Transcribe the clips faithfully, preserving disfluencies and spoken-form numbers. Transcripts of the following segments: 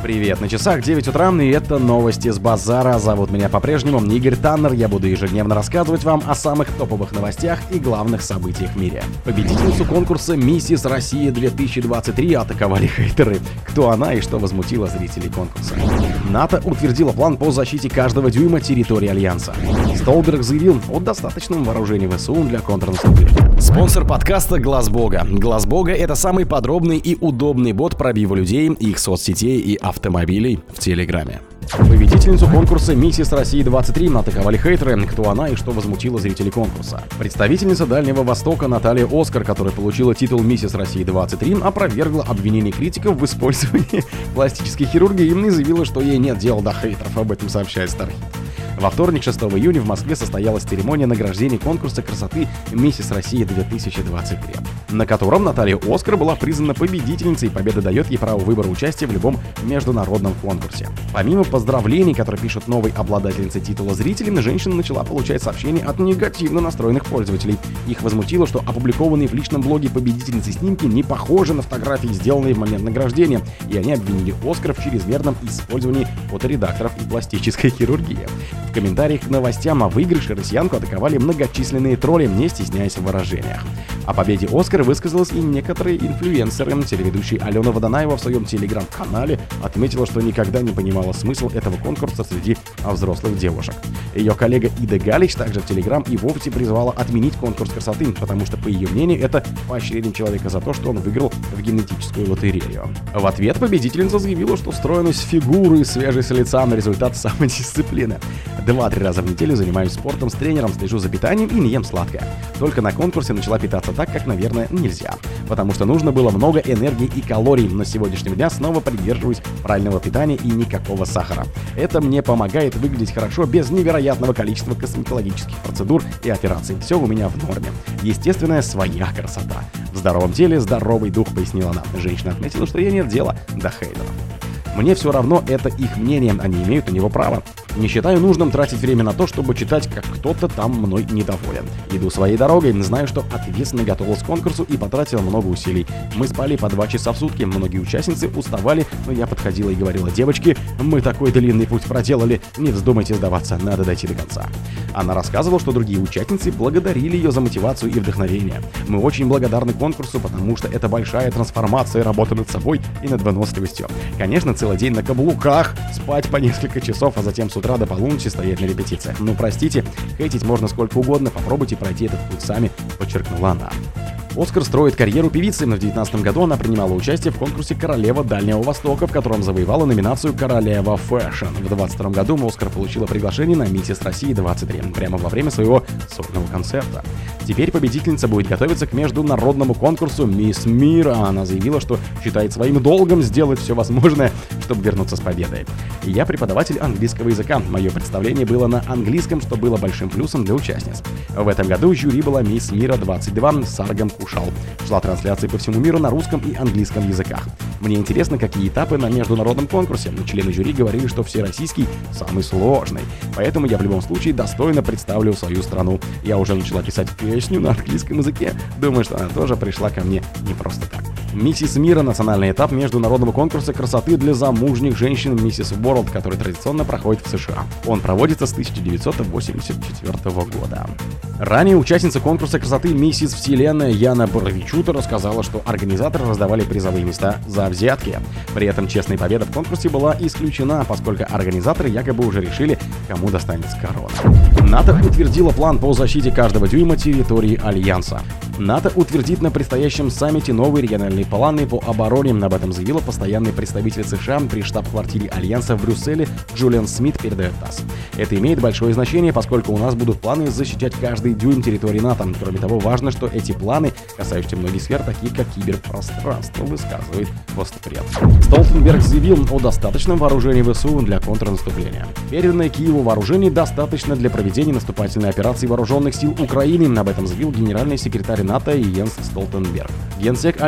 Привет, на часах девять утра, и это новости с базара. Зовут меня по-прежнему Игорь Таннер. Я буду ежедневно рассказывать вам о самых топовых новостях и главных событиях в мире. Победительницу конкурса «Миссис Россия две тысячи двадцать три» атаковали хейтеры. Кто она и что возмутило зрителей конкурса? НАТО утвердила план по защите каждого дюйма территории Альянса. Столберг заявил о достаточном вооружении ВСУ для контрнаступления. Спонсор подкаста Глаз Бога. Глаз Бога — это самый подробный и удобный бот пробива людей, их соцсетей и автомобилей в Телеграме. Победительницу конкурса «Миссис Россия двадцать три» атаковали хейтеры. Кто она и что возмутило зрителей конкурса? Представительница Дальнего Востока Наталья Оскар, которая получила титул «Миссис Россия двадцать три», опровергла обвинения критиков в использовании пластической хирургии и заявила, что ей нет дела до хейтеров. Об этом сообщает Стархит. Во вторник, шестого июня, в Москве состоялась церемония награждения конкурса красоты «Миссис Россия две тысячи двадцать три», на котором Наталья Оскар была признана победительницей, и победа дает ей право выбора участия в любом международном конкурсе. Помимо поздравлений, которые пишут новой обладательнице титула зрителям, женщина начала получать сообщения от негативно настроенных пользователей. Их возмутило, что опубликованные в личном блоге победительницы снимки не похожи на фотографии, сделанные в момент награждения, и они обвинили Оскар в чрезмерном использовании фоторедакторов и пластической хирургии. В комментариях к новостям о выигрыше россиянку атаковали многочисленные тролли, не стесняясь в выражениях. О победе Оскар высказалась и некоторые инфлюенсеры. Телеведущая Алена Водонаева в своем телеграм-канале отметила, что никогда не понимала смысл этого конкурса среди взрослых девушек. Ее коллега Ида Галич также в телеграм и вовсе призвала отменить конкурс красоты, потому что, по ее мнению, это поощрение человека за то, что он выиграл в генетическую лотерею. В ответ победительница заявила, что стройность фигуры и свежесть лица на результат самодисциплины. Два-три раза в неделю занимаюсь спортом с тренером, слежу за питанием и не ем сладкое. Только на конкурсе начала питаться так, как, наверное, нельзя. Потому что нужно было много энергии и калорий, но с сегодняшнего дня снова придерживаюсь правильного питания и никакого сахара. Это мне помогает выглядеть хорошо без невероятного количества косметологических процедур и операций. Все у меня в норме. Естественная своя красота. В здоровом теле здоровый дух, пояснила она. Женщина отметила, что ей нет дела до хейтеров. Мне все равно, это их мнение, они имеют на него право. Не считаю нужным тратить время на то, чтобы читать, как кто-то там мной недоволен. Иду своей дорогой, знаю, что ответственно готовилась к конкурсу и потратила много усилий. Мы спали по два часа в сутки, многие участницы уставали, но я подходила и говорила: девочки, мы такой длинный путь проделали, не вздумайте сдаваться, надо дойти до конца. Она рассказывала, что другие участницы благодарили ее за мотивацию и вдохновение. Мы очень благодарны конкурсу, потому что это большая трансформация работы над собой и над выносливостью. Конечно, целый день на каблуках, спать по несколько часов, а затем с утра до полуночи стоять на репетициях. Ну простите, хейтить можно сколько угодно, попробуйте пройти этот путь сами, подчеркнула она. Оскар строит карьеру певицы. В две тысячи девятнадцатом году она принимала участие в конкурсе «Королева Дальнего Востока», в котором завоевала номинацию «Королева Фэшн». В две тысячи двадцать втором году Оскар получила приглашение на «Миссис Россия двадцать три» прямо во время своего сольного концерта. Теперь победительница будет готовиться к международному конкурсу «Мисс Мира». Она заявила, что считает своим долгом сделать все возможное, чтобы вернуться с победой. Я преподаватель английского языка. Мое представление было на английском, что было большим плюсом для участниц. В этом году жюри была «Мисс Мира двадцать два» Саргам Кушал. Шла трансляция по всему миру на русском и английском языках. Мне интересно, какие этапы на международном конкурсе. Члены жюри говорили, что всероссийский самый сложный. Поэтому я в любом случае достойно представлю свою страну. Я уже начала писать песню на английском языке. Думаю, что она тоже пришла ко мне не просто так. «Миссис Мира» — национальный этап международного конкурса красоты для замужних женщин «Миссис Ворлд», который традиционно проходит в США. Он проводится с тысяча девятьсот восемьдесят четвёртого года. Ранее участница конкурса красоты «Миссис Вселенная» Яна Боровичута рассказала, что организаторы раздавали призовые места за взятки. При этом честная победа в конкурсе была исключена, поскольку организаторы якобы уже решили, кому достанется корона. НАТО утвердила план по защите каждого дюйма территории Альянса. НАТО утвердит на предстоящем саммите новые региональные планы по обороне. Об этом заявила постоянный представитель США при штаб-квартире Альянса в Брюсселе Джулиан Смит, передает ТАСС. Это имеет большое значение, поскольку у нас будут планы защищать каждый дюйм территории НАТО. Кроме того, важно, что эти планы касаются многих сфер, таких как киберпространство, высказывает Постпред. Столтенберг заявил о достаточном вооружении ВСУ для контрнаступления. Переданное Киеву вооружений достаточно для проведения наступательной операции вооруженных сил Украины. Об этом заявил генеральный секретарь НАТО Йенс Столтенберг. Генсек Альянса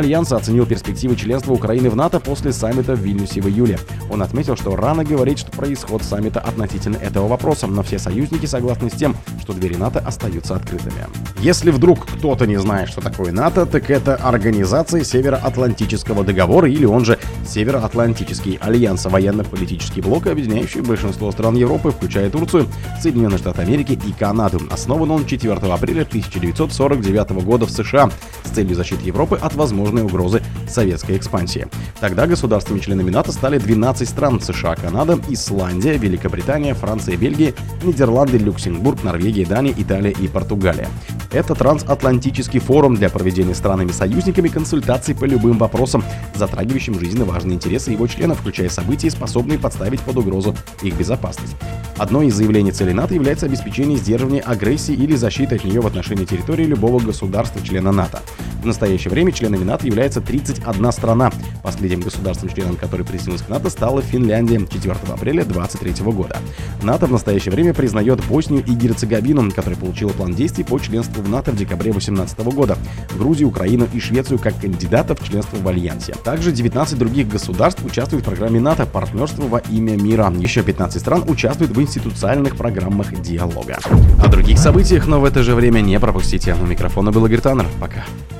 оценил перспективы членства Украины в НАТО после саммита в Вильнюсе в июле. Он отметил, что рано говорить, что про исход саммита относительно этого вопроса, но все союзники согласны с тем, что двери НАТО остаются открытыми. Если вдруг кто-то не знает, что такое НАТО, так это Организация Североатлантического договора, или он же Североатлантический альянс, военно-политический блок, объединяющий большинство стран Европы, включая Турцию, Соединенные Штаты Америки и Канаду. Основан он четвёртого апреля тысяча девятьсот сорок девятого года в США с целью защиты Европы от возможной угрозы советской экспансии. Тогда государствами-членами НАТО стали двенадцать стран: США, Канада, Исландия, Великобритания, Франция, Бельгия, Нидерланды, Люксембург, Норвегия, Дания, Италия и Португалия. Это трансатлантический форум для проведения странами-союзниками консультаций по любым вопросам, затрагивающим жизненно важные интересы его членов, включая события, способные подставить под угрозу их безопасность. Одно из заявлений целей НАТО является обеспечение сдерживания агрессии или защиты от нее в отношении территории любого государства-члена НАТО. В настоящее время членами НАТО является тридцать одна страна. Последним государством-членом, который присоединился к НАТО, стала Финляндия четвёртого апреля две тысячи двадцать третьего года. НАТО в настоящее время признает Боснию и Герцеговину, которая получила план действий по членству в НАТО в декабре две тысячи восемнадцатого года, Грузию, Украину и Швецию как кандидатов в членство в Альянсе. Также девятнадцать других государств участвуют в программе НАТО «Партнерство во имя мира». Еще пятнадцать стран участвуют в институциональных программах диалога. О других событиях, но в это же время не пропустите. У микрофона был Игорь Таннер. Пока.